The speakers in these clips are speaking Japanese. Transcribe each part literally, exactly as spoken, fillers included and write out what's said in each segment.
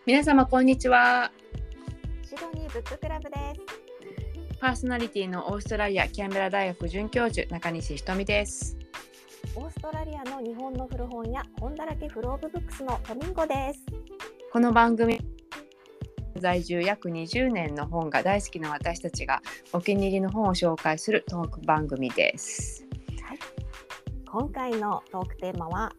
皆様こんにちは。 シドニーブッククラブです。 パーソナリティのオーストラリアキャンベラ大学准教授中西ひとみです。 オーストラリアの日本の古本屋本だらけフルオブブックスのトミンゴです。 この番組在住約にじゅうねんの本が大好きな私たちがお気に入りの本を紹介するトーク番組です。 はい、今回のトークテーマは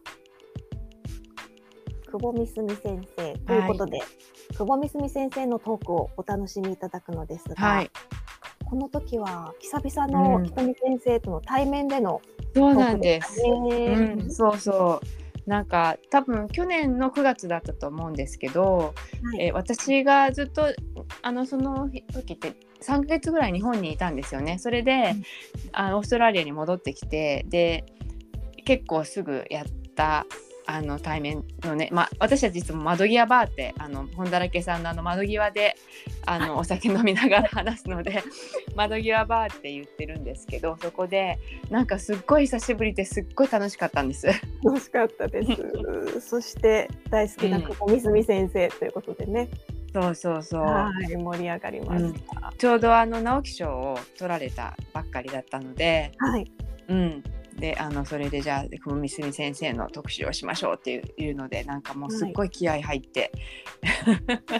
久保みすみ先生ということで、はい、久保みすみ先生のトークをお楽しみいただくのですが、はい、この時は久々のひとみ先生との対面でのトークでしたね。そうなんです、うん、そうそうなんか多分去年のくがつだったと思うんですけど、はい、え私がずっとあのその時ってさんかげつぐらい日本にいたんですよね。それで、うん、あのオーストラリアに戻ってきて、で結構すぐやったあの対面のね、まあ、私たちいつも窓際バーってあの本だらけさんのあの窓際であのお酒飲みながら話すので窓際バーって言ってるんですけど、そこでなんかすっごい久しぶりですっごい楽しかったんです。 楽しかったですそして大好きな久保みすみ先生ということでね、 うん、そうそうそう、 はい、盛り上がりました、うん、 ちょうどあの直木賞を取られたばっかりだったので、 はい、 うんであのそれでじゃあ久保みすみ先生の特集をしましょうっていうのでなんかもうすっごい気合入って、はい、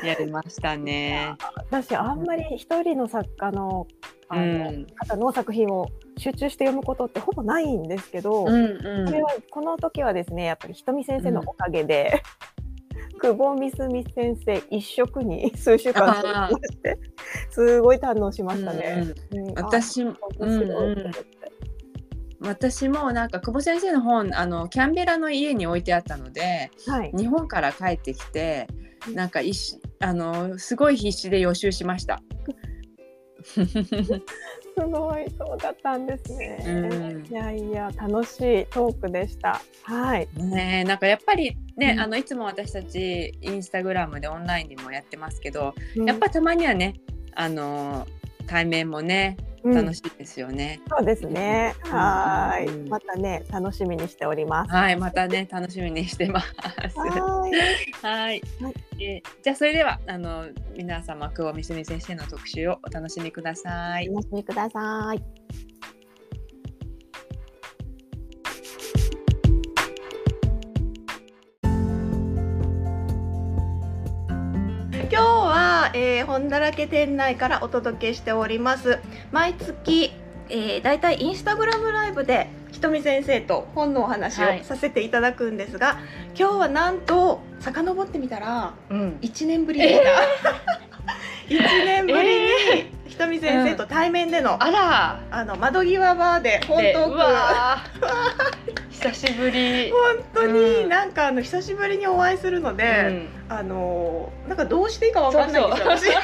やりましたね。 私あんまり一人の作家の、あの、うん、方の作品を集中して読むことってほぼないんですけど、うんうん、これはこの時はですねやっぱりひとみ先生のおかげで、うん、久保みすみ先生一色に数週間過ごしてすごい堪能しましたね。 うんうん、私も、うんうん、私もなんか久保先生の本あのキャンベラの家に置いてあったので、はい、日本から帰ってきてなんかいしあのすごい必死で予習しました。 すごいそうだったんですね、うん、いやいや楽しいトークでした。はい、 ね、なんかやっぱりね、うん、あのいつも私たちインスタグラムでオンラインでもやってますけど、うん、やっぱたまにはねあの対面もね楽しいですよね、 うん、そうですね、うん、はい、うん、またね楽しみにしております。 はいまたね楽しみにしてますはいはい、えじゃあそれではあの皆様久保みすみ先生の特集をお楽しみください。 お楽しみください。今日は、えー、本だらけ店内からお届けしております。毎月、えー、だいたいインスタグラムライブでひとみ先生と本のお話をさせていただくんですが、はい、今日はなんと遡ってみたら、うん、いちねんぶりでした、えー、いちねんぶりにひとみ先生と対面での、うん、あらあの窓際バーで本トーク久しぶり本当に、うん、なんかあの久しぶりにお会いするので、うん、あのなんかどうしていいかわかんないんですよ。そうそう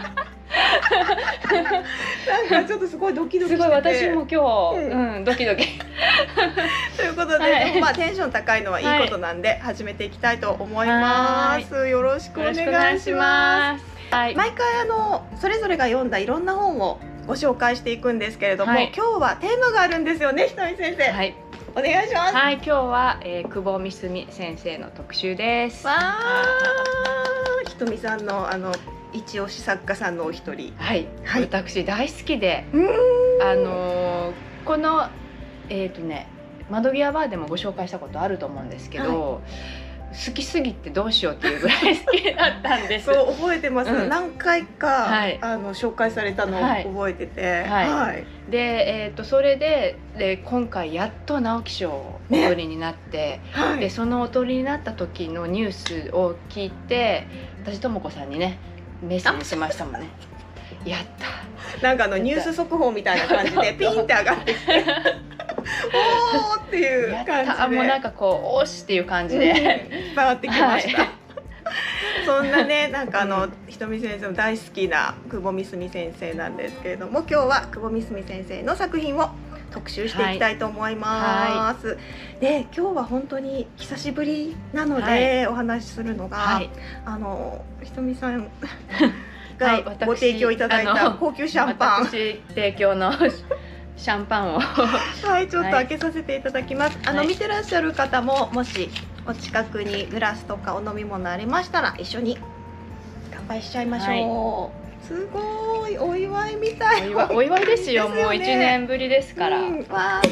なんかちょっとすごいドキドキしてて、すごい私も今日、うんうん、ドキドキということで、はい、まあテンション高いのはいいことなんで、はい、始めていきたいと思います。よろしくお願いします。はい、毎回あのそれぞれが読んだいろんな本をご紹介していくんですけれども、はい、今日はテーマがあるんですよね、ひとみ先生。はい、お願いします。 はい、今日は、えー、久保みすみ先生の特集です。 わー、ひとみさんのあの一押し作家さんのお一人。 はい、はい、私大好きで、あのー、このえっとね窓際バーでもご紹介したことあると思うんですけど、はい、好きすぎてどうしようっていうぐらい好きだったんです。 そう覚えてます、うん、何回か、はい、あの紹介されたのを覚えてて、はいはい、 で、えー、とそれで、で今回やっと直木賞をお取りになって、ねはい、でそのお取りになった時のニュースを聞いて私ともこさんにねメッセージしましたもんね。やったなんかあのニュース速報みたいな感じでピンって上がってきておーっていう感じでやったもうなんかこうおしっていう感じで、うん、 伝わってきました、はい、そんなねなんかあの、うん、ひとみ先生の大好きな久保みすみ先生なんですけれども、今日は久保みすみ先生の作品を特集していきたいと思います、はいはい、で今日は本当に久しぶりなので、はい、お話しするのが、はい、あのひとみさんがご提供いただいた高級シャンパン、 私提供のシャンパンをはいちょっと開けさせていただきます、はい、あの見てらっしゃる方ももしお近くにグラスとかお飲み物ありましたら一緒に乾杯しちゃいましょう、はい、すごいお祝いみたい。 お祝い、お祝いですよ。もういちねんぶりですから、うん、 わーいわ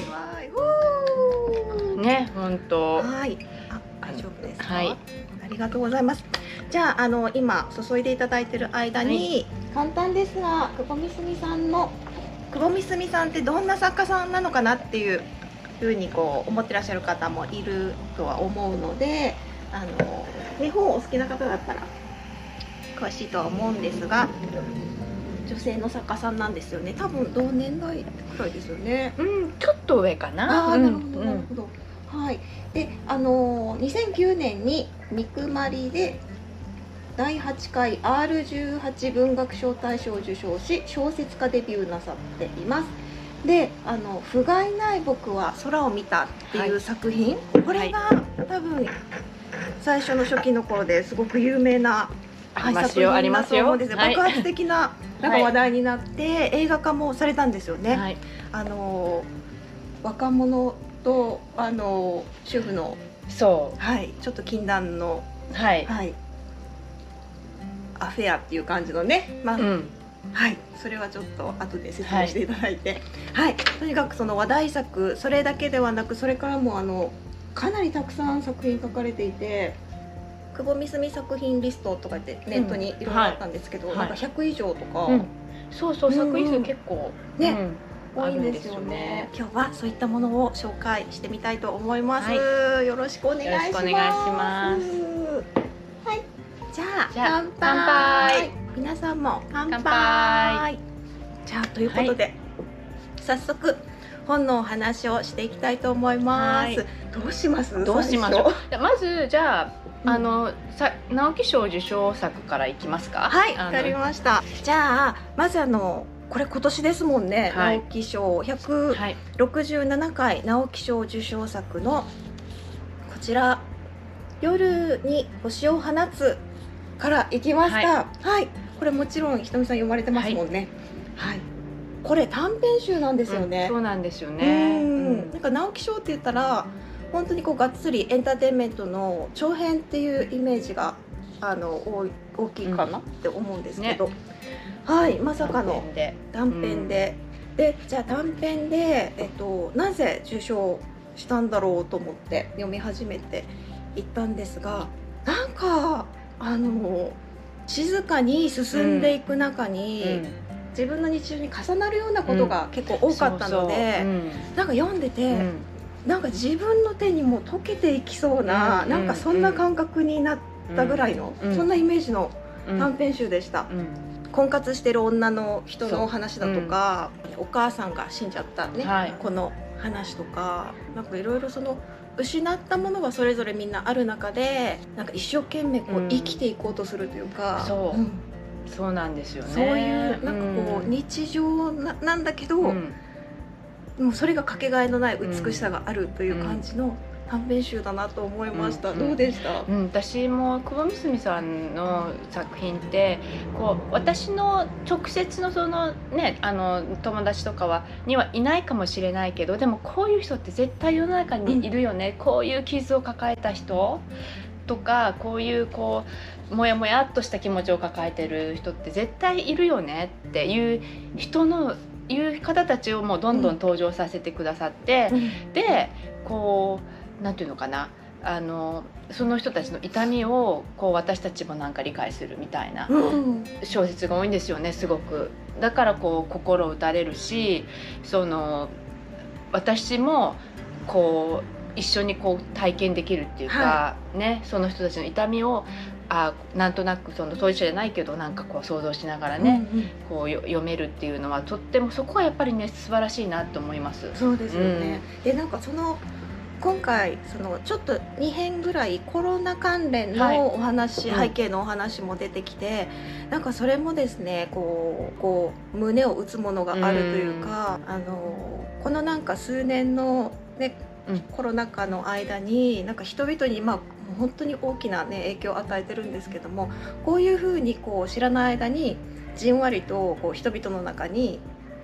ーいね、本当。 はい、あ、大丈夫ですか。 はい、 ありがとうございます。じゃあ、あの今注いでいただいている間に、はい、簡単ですが、久保みすみさんの久保みすみさんってどんな作家さんなのかなっていうふうにこう思ってらっしゃる方もいるとは思うので、あの日本お好きな方だったら詳しいとは思うんですが、女性の作家さんなんですよね。多分同年代くらいですよね。 うん、ちょっと上かな。 ああ、なるほどなるほど。はい。で、あのにせんきゅうねんにミクマリでだいはちかい アールじゅうはち 文学賞大賞を受賞し、小説家デビューなさっています。で、あの「不甲斐ない僕は空を見た」っていう作品、はい、これが、はい、多分最初の初期の頃ですごく有名な作品だと思うんですよ。 爆発的ななんか話題になって、はい、映画化もされたんですよね。はい、あの若者とあの主婦のそう、 はい、ちょっと禁断の、 はい、 はい、アフェアっていう感じのね、まあ、うん、はい、それはちょっと後で説明していただいて、はい、はい、とにかくその話題作、それだけではなく、それからもあのかなりたくさん作品書かれていて、久保みすみ作品リストとかってネットにいろいろあったんですけど、うん、はい、なんかひゃくいじょうとか、うん、 そうそう、作品数結構、 うん、ね、うん、多いんですよね。今日はそういったものを紹介してみたいと思います。はい、よろしくお願いします。よろしくお願いします。はい、じゃあ、じゃあ乾杯。皆さんも乾杯。乾杯。じゃあということで、はい、早速本のお話をしていきたいと思います。はい、どうします？ どうしましょう。まずじゃあ、うん、あのさ直木賞受賞作からいきますか。 はい、わかりました。じゃあまずあのこれ今年ですもんね。はい、直木賞ひゃくろくじゅうななかい直木賞受賞作のこちら「夜に星を放つ」からいきました。はい、はい、これもちろんひとみさん読まれてますもんね。はい、はい、これ短編集なんですよね。 うん、そうなんですよね。 うん、なんか直木賞って言ったら本当にこうがっつりエンターテインメントの長編っていうイメージがあの大きいかなって思うんですけど、うんね、はい、まさかの短編で、うん、でじゃあ短編で、えっと、なぜ受賞したんだろうと思って読み始めていったんですが、なんかあの静かに進んでいく中に、うんうん、自分の日常に重なるようなことが結構多かったので、なんか読んでて、うん、なんか自分の手にも溶けていきそうな、うん、なんかそんな感覚になったぐらいの、うん、そんなイメージの短編集でした。うん、婚活してる女の人の話だとか、うん、お母さんが死んじゃったね、はい、この話とか、なんかいろいろその失ったものはそれぞれみんなある中で、なんか一生懸命こう生きていこうとするというか、 うん、そう、うん、そうなんですよね。 そういうなんかこう日常 な, なんだけど、うん、もうそれがかけがえのない美しさがあるという感じの短編集だなと思いました。うん、どうでした？ うん、私も久保みすみさんの作品ってこう私の直接のそのねあの友達とかはにはいないかもしれないけど、でもこういう人って絶対世の中にいるよね。うん、こういう傷を抱えた人とか、こういうこうもやもやっとした気持ちを抱えてる人って絶対いるよねっていう人のいう方たちをもうどんどん登場させてくださって、うん、でこうなんていうのかな、あのその人たちの痛みをこう私たちもなんか理解するみたいな小説が多いんですよね、すごく。だからこう心打たれるし、その私もこう一緒にこう体験できるっていうか、はい、ね、その人たちの痛みをあなんとなくその当事者じゃないけどなんかこう想像しながらね、うんうん、こう読めるっていうのはとってもそこはやっぱりね素晴らしいなと思います。 そうですよね。うん、でなんかその今回そのちょっとにへんぐらいコロナ関連のお話、はい、背景のお話も出てきて、うん、なんかそれもですねこうこう胸を打つものがあるというか、うん、あのこのなんか数年のね、うん、コロナ禍の間になんか人々にまあ本当に大きな、ね、影響を与えてるんですけども、こういうふうにこう知らない間にじんわりとこう人々の中に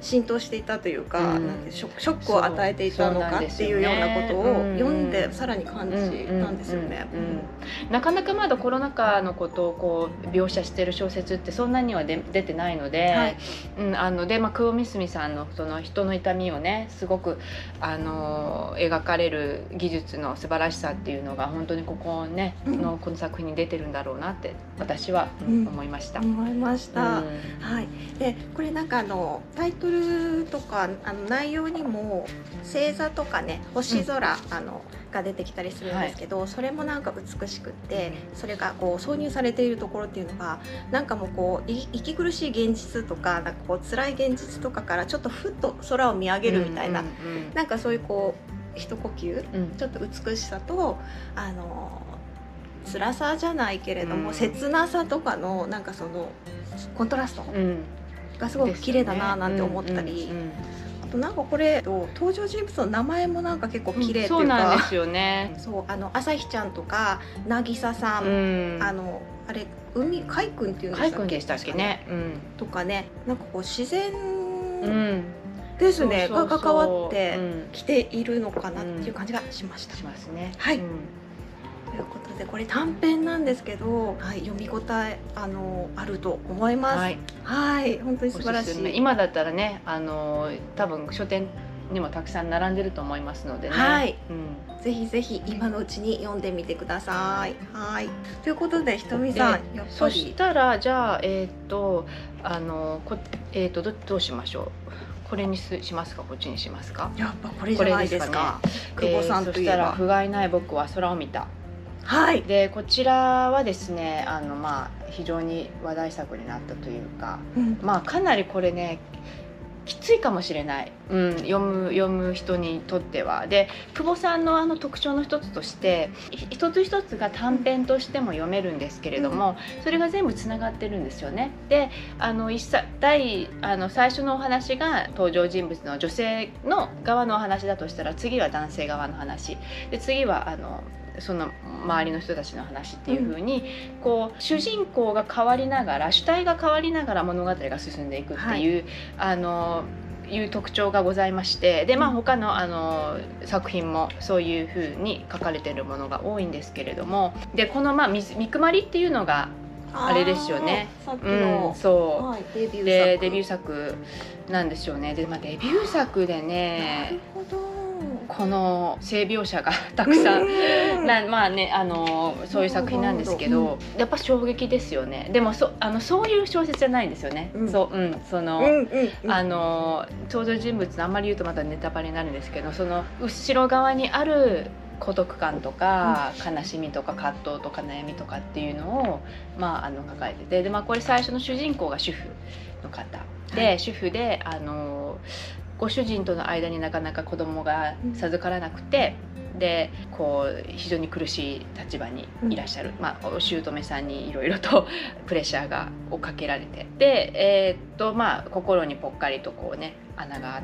浸透していたというか、 うん、 なんてショック、ショックを与えていたのかっていうようなことを読んでさらに感じたんですよね。 なかなかまだコロナ禍のことをこう描写している小説ってそんなにはで出てないので、はい、うん、あので、まあ、久保三澄さんのその人の痛みをねすごくあの描かれる技術の素晴らしさっていうのが本当にここね、うん、のこの作品に出てるんだろうなって私は、うん、思いました。 思いました。うん、はい。でこれなんかあのタイトルとかあの内容にも星座とかね星空、うん、あのが出てきたりするんですけど、はい、それもなんか美しくってそれがこう挿入されているところっていうのがなんかもうこう息苦しい現実とかなんかこう辛い現実とかからちょっとふっと空を見上げるみたいな、うんうんうん、なんかそういうこう一呼吸、うん、ちょっと美しさとあの辛さじゃないけれども、うん、切なさとかのなんかそのコントラストがすごく綺麗だななんて思ったり、あとなんかこれ登場人物の名前もなんか結構綺麗っていうか、うん、そうなんですよね。そうあの朝日ちゃんとか渚さん、うん、あのあれ海海君っていうんでしたっけ？海君でしたっけね、うん、とかねなんかこう自然、うんですねが関わってきているのかなっていう感じがしました。 しますね。 はい。うん、ということでこれ短編なんですけど、はい、読み応えあのあると思います。はい、はい、本当に素晴らしい。 今だったらね、あの多分書店にもたくさん並んでると思いますのでね。 はい。うん、ぜひぜひ今のうちに読んでみてください。はい。ということでひとみさん、やっぱりそしたらじゃあえっ、ー、とあのこえっ、ー、と ど, どうしましょう。これにしますかこっちにしますか。 やっぱこれじゃないですか。久保さんといえば、えー、そしたら不甲斐ない僕は空を見た。 はい。 でこちらはですねあのまあ非常に話題作になったというか、うん、まあかなりこれねきついかもしれない、うん、読む読む人にとっては。で久保さんのあの特徴の一つとして一つ一つが短編としても読めるんですけれども、うん、それが全部つながってるんですよね。であの一第あの最初のお話が登場人物の女性の側のお話だとしたら次は男性側の話で次はあのその周りの人たちの話っていう風に、うん、こう主人公が変わりながら主体が変わりながら物語が進んでいくっていう、はい、あのいう特徴がございまして、でまあ他のあの作品もそういう風に書かれているものが多いんですけれども、でこのまあみくまりっていうのがあれですよね。 さっきの、 うん、そう、 はい、デビュー作でデビュー作なんですよね。で、まあ、デビュー作でね。 なるほど。 この性描写がたくさんなまあねあのそういう作品なんですけど、うん、やっぱ衝撃ですよね。でも そ, あのそういう小説じゃないんですよね。うん、そううんその、うんうんうん、あの登場人物のあんまり言うとまたネタバレになるんですけど、その後ろ側にある孤独感とか悲しみとか葛藤とか悩みとかっていうのを、まあ、あの抱えてて、で、まあ、これ最初の主人公が主婦の方で、はい、主婦であのご主人との間になかなか子供が授からなくて、うん、でこう非常に苦しい立場にいらっしゃる、うん、まあ、お姑さんにいろいろとプレッシャーがをかけられて、で、えーっとまあ、心にぽっかりとこうね穴があって、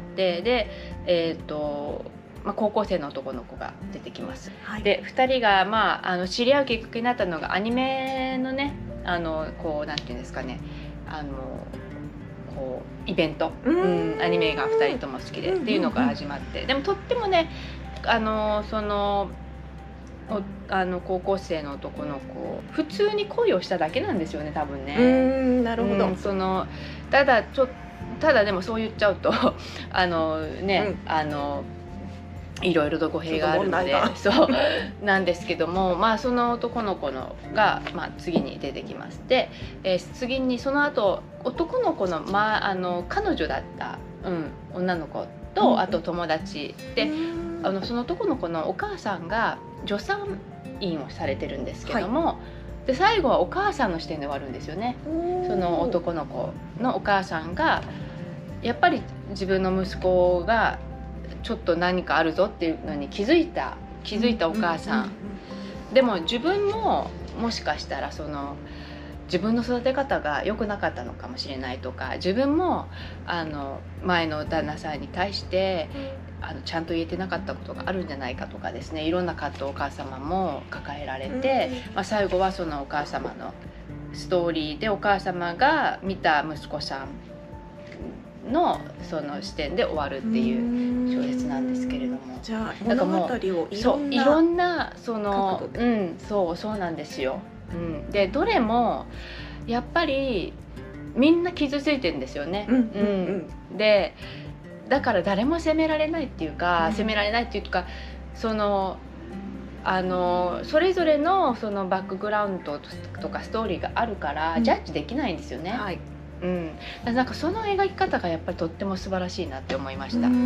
で、えーっとまあ、高校生の男の子が出てきます、はい、でふたりが、まあ、あの知り合うきっかけになったのがアニメのねあのこうなんていうんですかねあのこうイベント、うん、アニメがふたりとも好きでっていうのから始まって、でもとってもねあのそのあの高校生の男の子普通に恋をしただけなんですよね多分ね。 うーんなるほど、 うん、そのただちょただでもそう言っちゃうとあのね、うん、あのいろいろと語弊があるのでそうなんですけども、まあ、その男の子のが、まあ、次に出てきます。で、えー、次にその後男の子の、まあ、あの彼女だった、うん、女の子と、うん、あと友達で、うん、あのその男の子のお母さんが助産院をされてるんですけども、はい、で最後はお母さんの視点で終わるんですよね。その男の子のお母さんがやっぱり自分の息子がちょっと何かあるぞっていうのに気づいた気づいたお母さん、でも自分ももしかしたらその自分の育て方が良くなかったのかもしれないとか、自分もあの前の旦那さんに対してあのちゃんと言えてなかったことがあるんじゃないかとかですね、いろんな葛藤をお母様も抱えられて、まあ、最後はそのお母様のストーリーでお母様が見た息子さんのその視点で終わるっていう小説なんですけれども、 じゃあ物語をいろんないろんなその角度で、 うん、そうそうなんですよ。うん、でどれもやっぱりみんな傷ついてるんですよね。 うんうんうん、でだから誰も責められないっていうか、うん、責められないっていうか、そのあのそれぞれのそのバックグラウンドとかストーリーがあるから、うん、ジャッジできないんですよね。はい、うん、なんかその描き方がやっぱりとっても素晴らしいなって思いました。うん、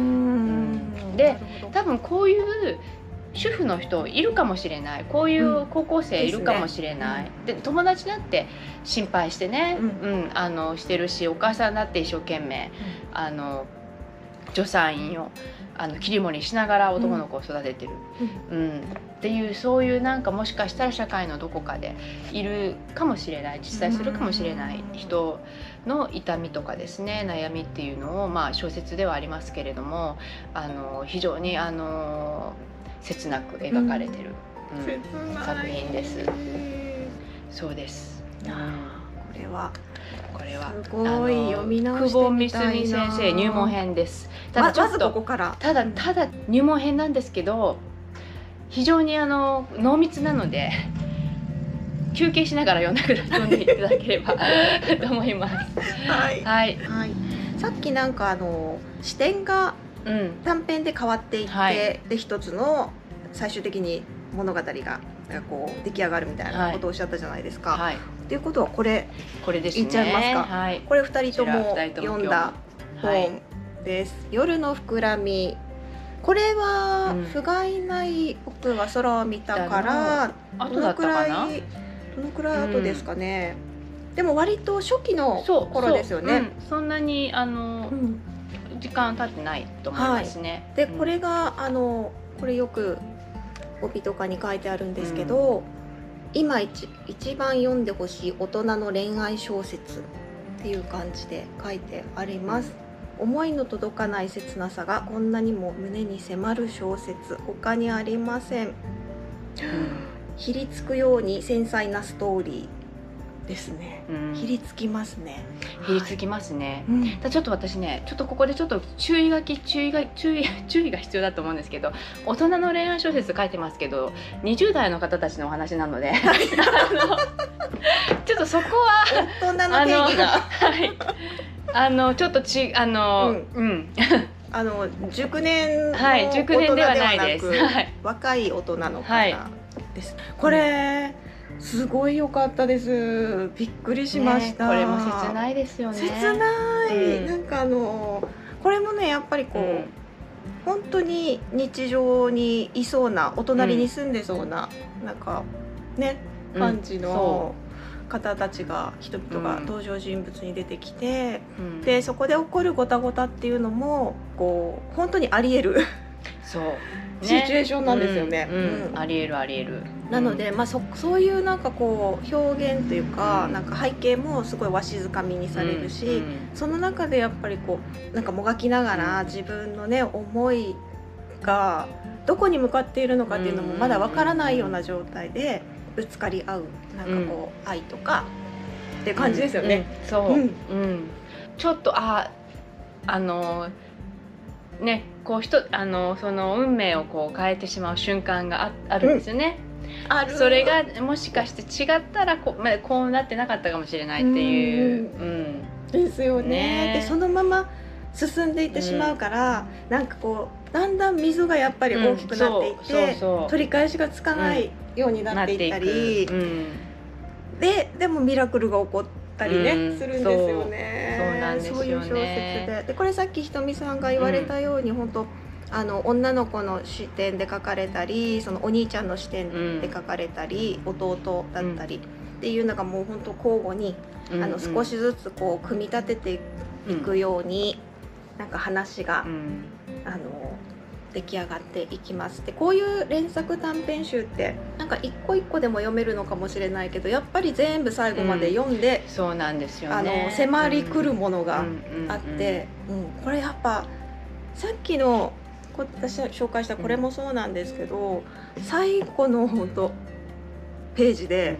で多分こういう主婦の人いるかもしれない、こういう高校生いるかもしれない、うん、で、ね、友達だって心配してね、うんうん、あのしてるし、お母さんだって一生懸命、うん、あの助産院をあの切り盛りしながら男の子を育ててる、うんうん、っていう、そういうなんかもしかしたら社会のどこかでいるかもしれない、実際するかもしれない人の痛みとかですね、悩みっていうのを、まあ、小説ではありますけれども、あの非常にあの切なく描かれてる、うんうん、作品です。そうです。 これはこれはすごい読み直してみたいな。 久保みすみ先生入門編です。ただちょっと、まずここからただただ入門編なんですけど、非常にあの濃密なので休憩しながら読んで読んでいただければと思います。 はい、はいはい、さっきなんかあの視点が短編で変わっていって、うん、はい、で一つの最終的に物語がこう出来上がるみたいなことをおっしゃったじゃないですか。はい、っていうことはこれこれですね。 言っちゃいますか。はい、これふたりとも読んだ本です。はい、夜の膨らみ。これは不甲斐ない僕が空を見たから、 うん、どのくらいどのくらい後ですかね。うん、でも割と初期の頃ですよね。 そうそう、うん、そんなにあの、うん、時間経ってないと思いますね。 はい、でこれがあのこれよく帯とかに書いてあるんですけど、うん、今一, 一番読んでほしい大人の恋愛小説っていう感じで書いてあります。思いの届かない切なさがこんなにも胸に迫る小説他にありません。うん、ひりつくように繊細なストーリーですね。うん、ひりつきますね。 ひりつきますね。はい、うん、ちょっと私ね、ちょっとここでちょっと注意書き注意が注意注意が必要だと思うんですけど、大人の恋愛小説書いてますけど、にじゅう代の方たちのお話なので、あのちょっとそこは大人の定義が、 はい、あのちょっとちあの、うん、うん、 あの熟年のはい、熟年ではないです。はい、若い大人の方です。はい、これ。うん、すごい良かったです。びっくりしました。 ね、これも切ないですよね。 切ない、うん、なんかあのこれもねやっぱりこう、うん、本当に日常にいそうな、お隣に住んでそうな、うん、なんかね感じの方たちが、人々が登場人物に出てきて、うん、でそこで起こるごたごたっていうのもこう本当にあり得るそう、ね、 シチュエーションなんですよね。 うんうんうん、あり得るあり得る。 なので、まあ、そ, そういうなんかこう表現というか、うん、なんか背景もすごいわしづかみにされるし、うんうん、その中でやっぱりこうなんかもがきながら自分のね思いがどこに向かっているのかっていうのもまだわからないような状態でぶつかり合う、なんかこう、うん、愛とかっていう感じですよね。 うんうん、そう、うんうん、ちょっとああのねこう人あのその運命をこう変えてしまう瞬間が あ, あるんですよね。うん、ある。それがもしかして違ったらこう、まあ、こうなってなかったかもしれないっていう。うん、 うん、ですよね。でそのまま進んでいってしまうから、うん、なんかこうだんだん溝がやっぱり大きくなっていって、うん、そうそうそう、取り返しがつかないようになっていったり、うん、ででもミラクルが起こったりね、うん、するんですよね。 そうなんですよね。 そういう小説で、でこれさっきひとみさんが言われたように、うん、本当あの女の子の視点で書かれたり、そのお兄ちゃんの視点で書かれたり、うん、弟だったりっていうのがもう本当交互に、うん、あの少しずつこう組み立てていくように、うん、なんか話が、うん、あの出来上がっていきます。でこういう連作短編集ってなんか一個一個でも読めるのかもしれないけど、やっぱり全部最後まで読んで、 うん、そうなんですよね、 あの迫り来るものがあって、うんうんうんうん、これやっぱさっきの私紹介したこれもそうなんですけど、うん、最後の本当ページで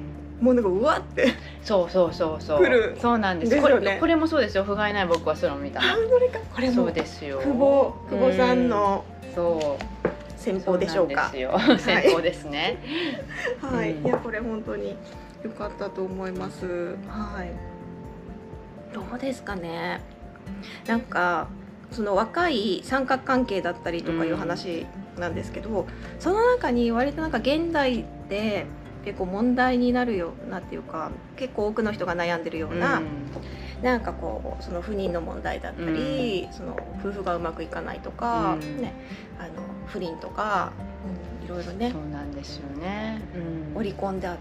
もうなんかうわってそうそうそうそう来るそうなんです。 ですよねこれこれもそうですよ。不甲斐ない僕は空を見たの。 あどれかこれもそうですよ。 久保久保さんのそう戦法でしょうか。 そうなんですよ。戦法ですね。 はい、 うんいやこれ本当に良かったと思います。はい。どうですかね。なんかその若い三角関係だったりとかいう話なんですけど、うん、その中に割となんか現代で結構問題になるようなっていうか結構多くの人が悩んでるような、うん、なんかこうその不妊の問題だったり、うん、その夫婦がうまくいかないとか、うんね、あの不倫とか、うん、いろいろねそうなんですよね、 うん、織り込んであって、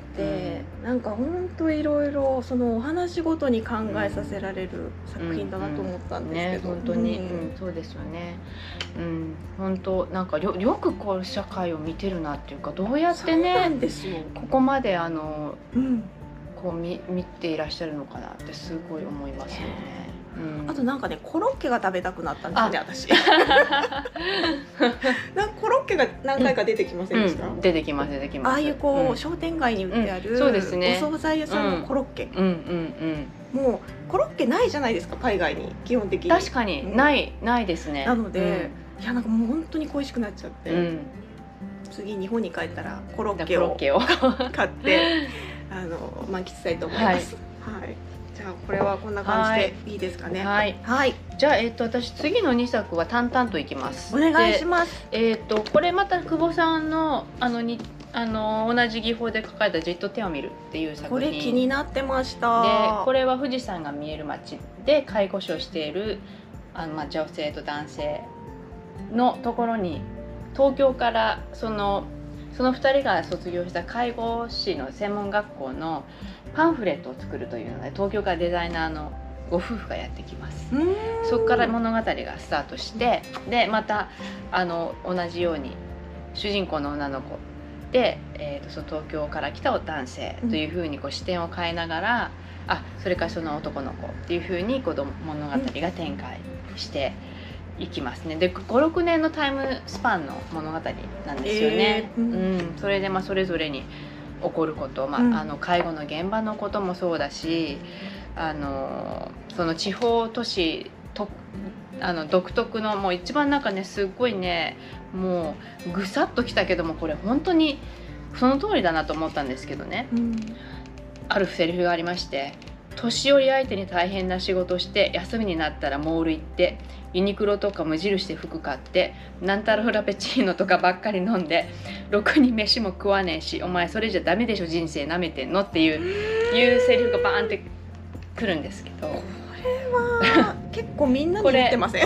うん、なんか本当いろいろそのお話ごとに考えさせられる作品だなと思ったんですけど、 うんうんね、本当に、うんうん、そうですよね、うん、本当なんか よ, よくこう社会を見てるなっていうかどうやってねここまであの、うん、こう 見, 見ていらっしゃるのかなってすごい思いますよね。うん、 あとなんかねコロッケが食べたくなったんですよね私なんかコロッケが何回か出てきませんでした、 うんうん、出てきます出てきます。 ああいうこう、 うん、 商店街に売ってある、うんそうですね、 お惣菜屋さんのコロッケ、 うんうんうんうん、もうコロッケないじゃないですか海外に基本的に。 確かに、うん、ないないですね。 なので、うん、いやなんかもう本当に恋しくなっちゃって、うん、次日本に帰ったらコロッケを買ってあの満喫したいと思います。はい、はい、じゃあこれはこんな感じでいいですかね。 はい、はい、じゃあ、えー、と私次のにさくは淡々といきます。 お願いします。 えー、とこれまた久保さんのあのにあの同じ技法で書かれた「じっと手を見る」っていう作品。 これ気になってました。 でこれは富士山が見える町で介護士をしているあの、まあ、女性と男性のところに東京からそのそのふたりが卒業した介護士の専門学校のパンフレットを作るというので東京からデザイナーのご夫婦がやってきます。そこから物語がスタートしてでまたあの同じように主人公の女の子で、えー、とその東京から来た男性というふうにこう視点を変えながら、うん、あそれからその男の子っていうふうにこう物語が展開していきますね。でごろくねんのタイムスパンの物語なんですよね。えーうんうん、それでまあそれぞれに起こること、まあうん、あの介護の現場のこともそうだしあのその地方都市とあの独特のもう一番なんかねすっごいねもうぐさっときたけどもこれ本当にその通りだなと思ったんですけどね、うん、あるセリフがありまして年寄り相手に大変な仕事して休みになったらモール行ってユニクロとか無印で服買ってなんたらフラペチーノとかばっかり飲んでろくに飯も食わねえしお前それじゃダメでしょ人生なめてんのっていういうセリフがバーンってくるんですけどこれは結構みんなに言ってません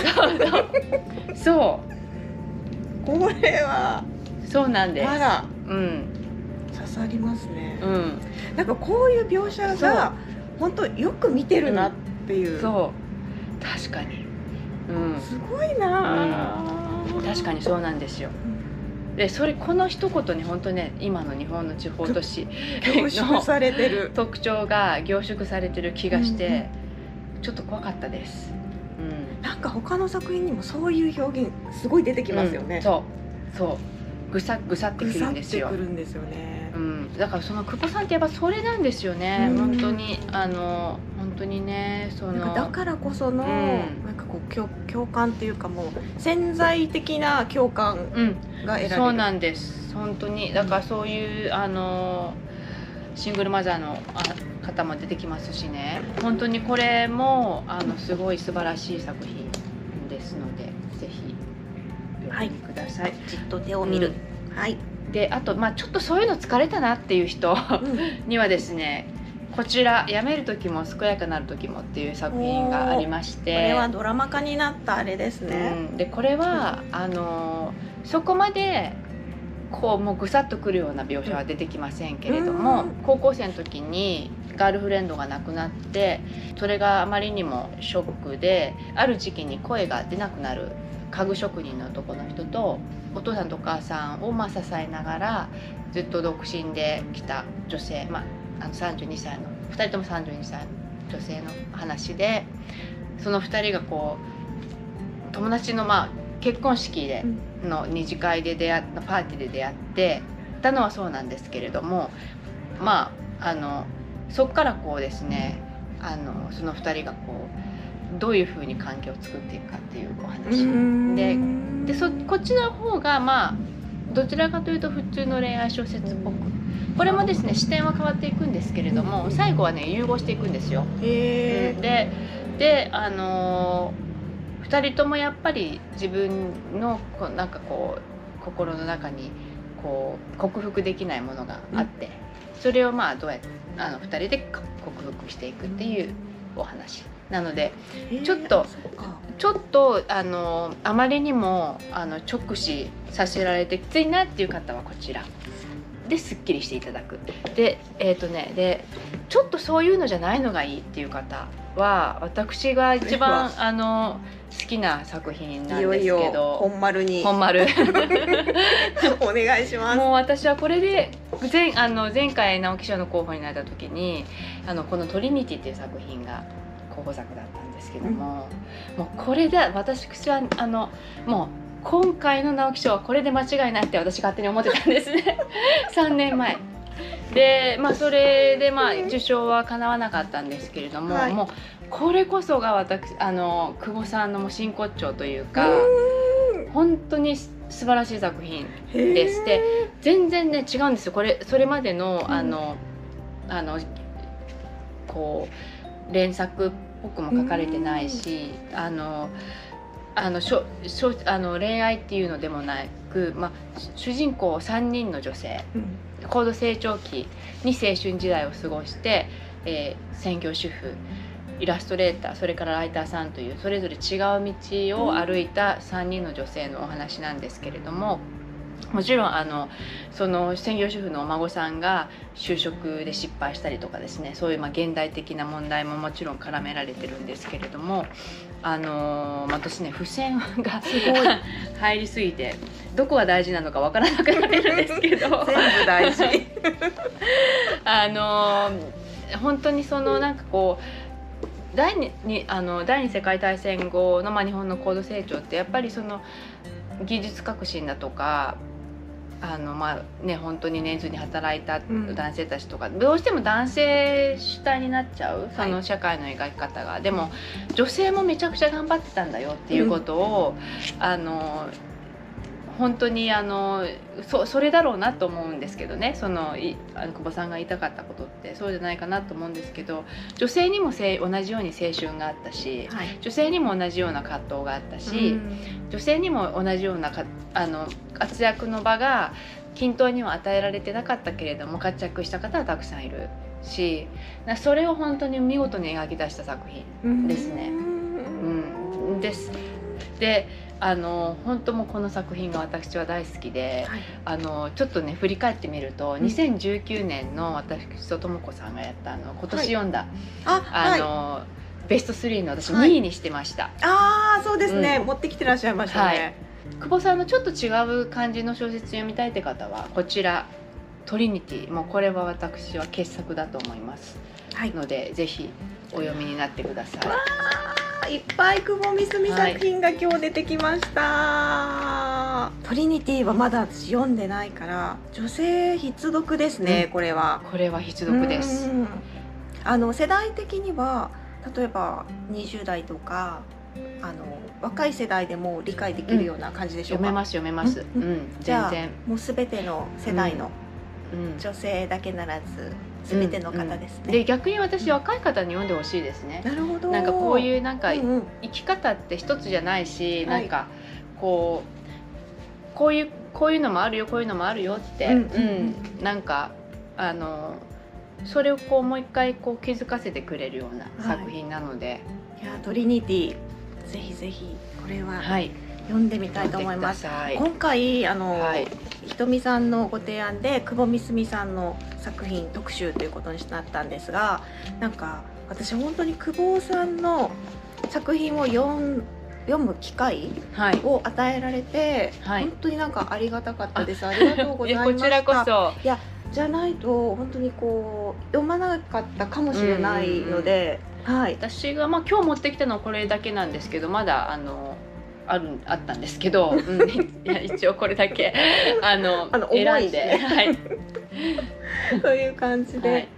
そうこれはそうなんです。 あら、 うん、 刺さりますね、 うん、 なんかこういう描写が本当よく見てるなっていう、うん、 そう確かに、うん、 すごいな、 うん、確かにそうなんですよ。でそれこの一言に本当ね今の日本の地方都市凝縮されてる特徴が凝縮されてる気がして、うんうん、ちょっと怖かったです、 うん、なんか他の作品にもそういう表現すごい出てきますよね、 うん、そうそうぐさぐさってくるんですよ。 ぐさってくるんですよね、 うん、だからその久保さんってやっぱそれなんですよね、うん、本当にあの本当にねそのなんかだからこその、うん、なんかこう 共, 共感っていうかもう潜在的な共感が得られる、うん、 そうなんです本当にだからそういうあのシングルマザーの方も出てきますしね本当にこれもあのすごい素晴らしい作品ですのでぜひ読んでください、はい、 じっと手を見る、うん、はい。 であと、まあ、ちょっとそういうの疲れたなっていう人にはですね、うん、こちら「やめる時も健やかなる時も」っていう作品がありましてこれはドラマ化になったあれですね、 うん、でこれはあのそこまでこうもうぐさっとくるような描写は出てきませんけれども、うん、高校生の時にガールフレンドが亡くなってそれがあまりにもショックである時期に声が出なくなる家具職人の男の人とお父さんとお母さんをまあ支えながらずっと独身で来た女性、まあ、あのさんじゅうにさいのふたりともさんじゅうにさいの女性の話でそのふたりがこう友達のまあ結婚式での二次会で出会ったパーティーで出会ってたのはそうなんですけれどもまああのそこからこうですね、あのそのふたりがこうどういうふうに関係を作っていくかっていうお話で、でそこっちの方がまあどちらかというと普通の恋愛小説っぽく、これもですね視点は変わっていくんですけれども、最後はね融合していくんですよ。 へー。 でであのふたりともやっぱり自分のこうなんかこう心の中にこう克服できないものがあって、それをまあどうやってあのふたりで克服していくっていうお話なので、ちょっとちょっとあのあまりにもあの直視させられてきついなっていう方はこちらですっきりしていただく。でえっ、ー、とねでちょっとそういうのじゃないのがいいっていう方は、私が一番あの好きな作品なんですけど、いよいよ本丸に本丸お願いします。 もう私はこれで 前, あの前回直木賞の候補になった時にあのこの「トリニティ」っていう作品が候補作だったんですけども、うん、もうこれで私はあのもう今回の直木賞はこれで間違いないって私勝手に思ってたんですねさんねんまえで、まあ、それでまあ受賞はかなわなかったんですけれども、はい、もうこれこそが私あの久保さんのもう真骨頂というか、本当に素晴らしい作品でして、全然ね違うんですよ。これそれまでのあの、うん、あのこう連作っぽくも書かれてないし、あのあのしょしょあの恋愛っていうのでもなく、まあ、主人公さんにんの女性、うん、高度成長期に青春時代を過ごして、えー、専業主婦、イラストレーター、それからライターさんというそれぞれ違う道を歩いたさんにんの女性のお話なんですけれども、もちろんあのその専業主婦のお孫さんが就職で失敗したりとかですね、そういうまあ現代的な問題ももちろん絡められてるんですけれども、あのー、私ね付箋がすごい入りすぎてどこが大事なのかわからなくなってるんですけど全部大事あのー、本当にそのなんかこう第 2, あの第二次世界大戦後の、まあ、日本の高度成長ってやっぱりその技術革新だとかあの、まあね、本当に寝ずに働いた男性たちとか、うん、どうしても男性主体になっちゃうその社会の描き方が、はい、でも女性もめちゃくちゃ頑張ってたんだよっていうことを、うん、あの本当にあの そ, それだろうなと思うんですけどね、そのいあの久保さんが言いたかったことってそうじゃないかなと思うんですけど、女性にもせ同じように青春があったし、はい、女性にも同じような葛藤があったし、うん、女性にも同じようなかあの活躍の場が均等には与えられてなかったけれども活躍した方はたくさんいるし、それを本当に見事に描き出した作品ですね。うんうん、ですであの本当もこの作品が私は大好きで、はい、あのちょっとね振り返ってみると、うん、にせんじゅうきゅうねんの私とともこさんがやったあの今年読んだ、はい、あ, あの、はい、ベストスリーの私にいにしてました、はい、 ああそうですね、うん、持ってきてらっしゃいましたね、はい、 久保さんのちょっと違う感じの小説読みたいって方はこちらトリニティ、もうこれは私は傑作だと思います、はい、のでぜひお読みになってください。 いっぱい久保みすみ作品が今日出てきました、はい、トリニティはまだ私読んでないから女性必読ですね、うん、これはこれは必読です。 あの世代的には例えばにじゅう代とかあの若い世代でも理解できるような感じでしょうか。 うん、読めます読めます、うんうん、 じゃあもう全ての世代の女性だけならず、すべての方ですね、うんうん、 で逆に私若い方に読んでほしいですね。 なるほど。 なんかこういうなんか生き方って一つじゃないし、うんうん、なんかこうこういうこういうのもあるよこういうのもあるよって、うんうんうん、なんかあのそれをこうもう一回こう気づかせてくれるような作品なので、はい、 いやトリニティぜひぜひこれは、はい、読んでみたいと思います。今回あの、はい、ひとみさんのご提案で久保みすみさんの作品特集ということになったんですが、なんか私本当に久保さんの作品を読ん読む機会を与えられて、はい、本当になんかありがたかったです。ありがとうございました。 こちらこそ。 いやじゃないと本当にこう読まなかったかもしれないので、 うんうんうん、はい、私が、まあ、今日持ってきたのはこれだけなんですけど、まだあのあるあったんですけど、うん、いや一応これだけあのあの選んで、はい、 という感じで、はい、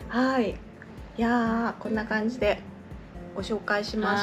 はい。いやーこんな感じでご紹介しました。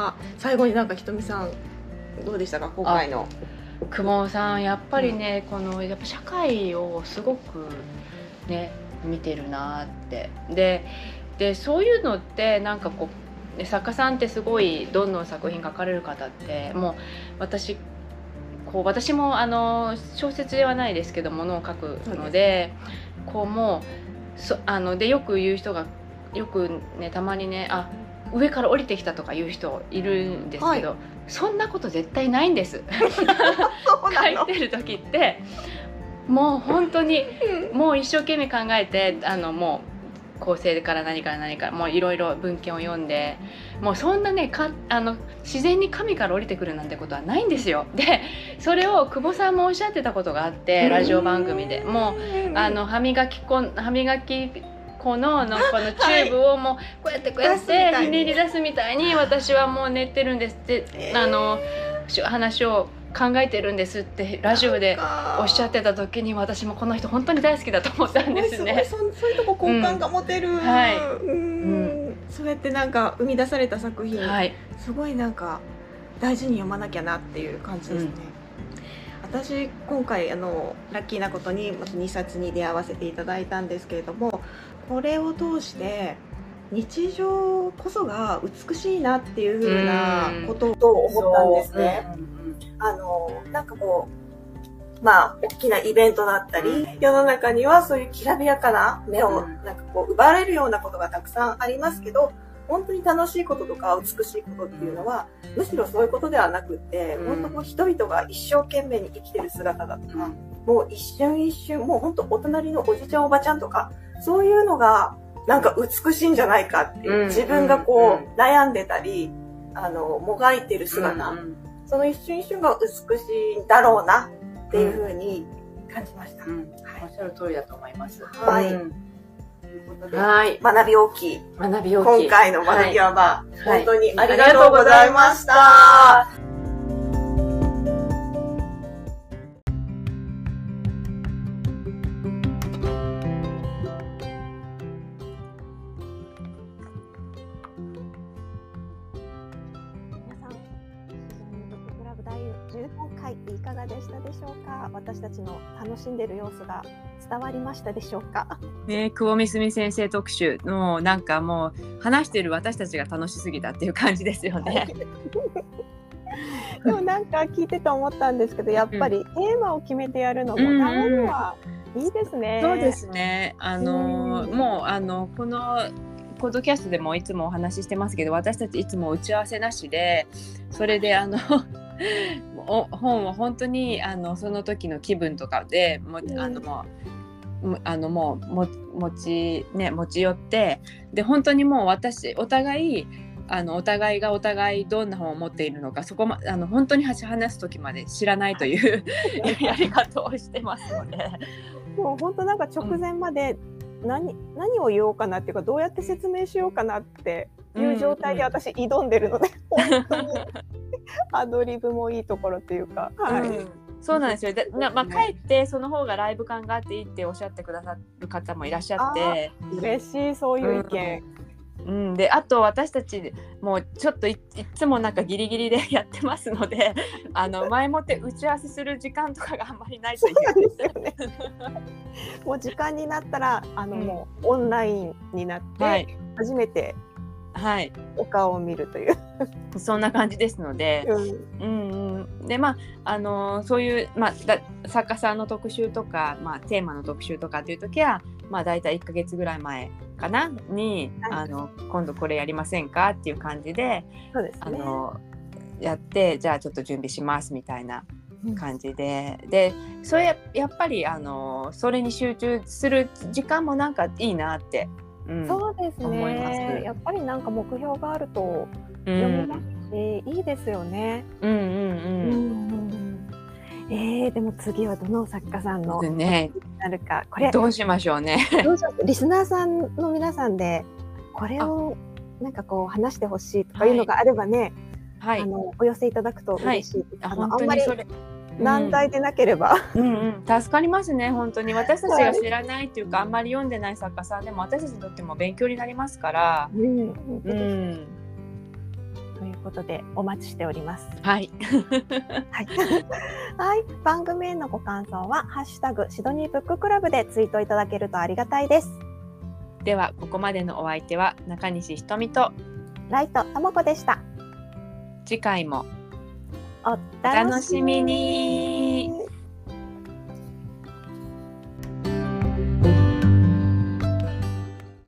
最後になんかひとみさんどうでしたか今回の。 久保さんやっぱりね、うん、このやっぱ社会をすごくね見てるなって。ででそういうのってなんかこう作家さんってすごいどんどん作品書かれる方ってもう私こう私もあの小説ではないですけどものを書くので、こうもうそあのでよく言う人がよくねたまにねあ上から降りてきたとか言う人いるんですけど、はい、そんなこと絶対ないんです書いてる時ってもう本当にもう一生懸命考えてあのもう構成から何から何からもういろいろ文献を読んでもうそんなねかあの自然に神から降りてくるなんてことはないんですよ。でそれを久保さんもおっしゃってたことがあってラジオ番組でもうあの歯磨き粉歯磨きこののこのチューブをもうこうやってこうやってひねり出すみたいに私はもう寝てるんですってあの話を考えてるんですってラジオでおっしゃってた時に私もこの人本当に大好きだと思ったんですね。 すごいそういうとこ好感が持てる、うんはい、うん、そうやってなんか生み出された作品、はい、すごいなんか大事に読まなきゃなっていう感じですね。うん、私今回あのラッキーなことにまたにさつに出会わせていただいたんですけれども、これを通して日常こそが美しいなっていう風なことを思ったんですね。あのなんかこうまあ大きなイベントだったり世の中にはそういうきらびやかな目をなんかこう奪われるようなことがたくさんありますけど、本当に楽しいこととか美しいことっていうのはむしろそういうことではなくって、本当こう人々が一生懸命に生きてる姿だとか、もう一瞬一瞬もう本当お隣のおじちゃんおばちゃんとかそういうのがなんか美しいんじゃないかっていう、自分がこう悩んでたりあのもがいてる姿、その一瞬一瞬が美しいんだろうなっていう風に感じました。うんうん、 はい、おっしゃる通りだと思います。 はい。うんということで、はい、学び大きい。 学び大きい。 今回の学びは、まあ、はい、本当にありがとうございました。はい、じゅうさんかいいかがでしたでしょうか。私たちの楽しんでる様子が伝わりましたでしょうか。 ね、久保みすみ先生特集のなんかもう話してる私たちが楽しすぎたっていう感じですよね。 でもなんか聞いてて思ったんですけど、やっぱりテーマを決めてやるのもたまにはいいですね。 そうですね。あの、うん、もうあのこのポッドキャストでもいつもお話ししてますけど、私たちいつも打ち合わせなしで、それであの本を本当にあのその時の気分とかでも、うん、あのもうあのもうも持ちね持ち寄って、で本当にもう私お互いあのお互いがお互いどんな本を持っているのか、そこまあの本当に話す時まで知らないというやり方をしてますので、 もう本当なんか直前まで何、うん、何を言おうかなっていうか、どうやって説明しようかなっていう状態で私挑んでるので、うんうん、本当にアドリブもいいところっていうか、はい、うん、 そうなんですよ。で、まあ、かえってその方がライブ感があっていいっておっしゃってくださる方もいらっしゃって、 嬉しい、そういう意見。 うんうん、であと私たちもうちょっと い, いつもなんかギリギリでやってますので、あの前もって打ち合わせする時間とかがあんまりないというんですよね。 もう時間になったらあの、うん、もうオンラインになって初めてお顔を見るという、はい、 そんな感じですので、うんうんうん、でまああのそういう、まあ、だ作家さんの特集とか、まあ、テーマの特集とかっていう時は、まあ、だいたいいっかげつぐらい前かなに、はい、あの今度これやりませんかっていう感じで、 そうですね、 あのやって、じゃあちょっと準備しますみたいな感じで、うん、でそれやっぱりあのそれに集中する時間もなんかいいなって、 うん、そうですね、思います。やっぱりなんか目標があると読めますし、うん、いいですよね。 うんうんうん、うんうんえー、でも次はどの作家さんのねなるか、これどうしましょうね。 どうしようリスナーさんの皆さんでこれをなんかこう話してほしいとかいうのがあればね、はい、あのお寄せいただくと嬉しいです。 はい、あのあんまり難題でなければ、 うんうんうん、助かりますね本当に。私たちが知らないっていうか、はい、あんまり読んでない作家さんでも私たちにとっても勉強になりますから、うん、本当です、うん、 ということでお待ちしております。 はい、 はいはい、番組へのご感想はハッシュタグシドニーブッククラブでツイートいただけるとありがたいです。 ではここまでのお相手は中西ひとみとライトともこでした。 次回もお楽しみに。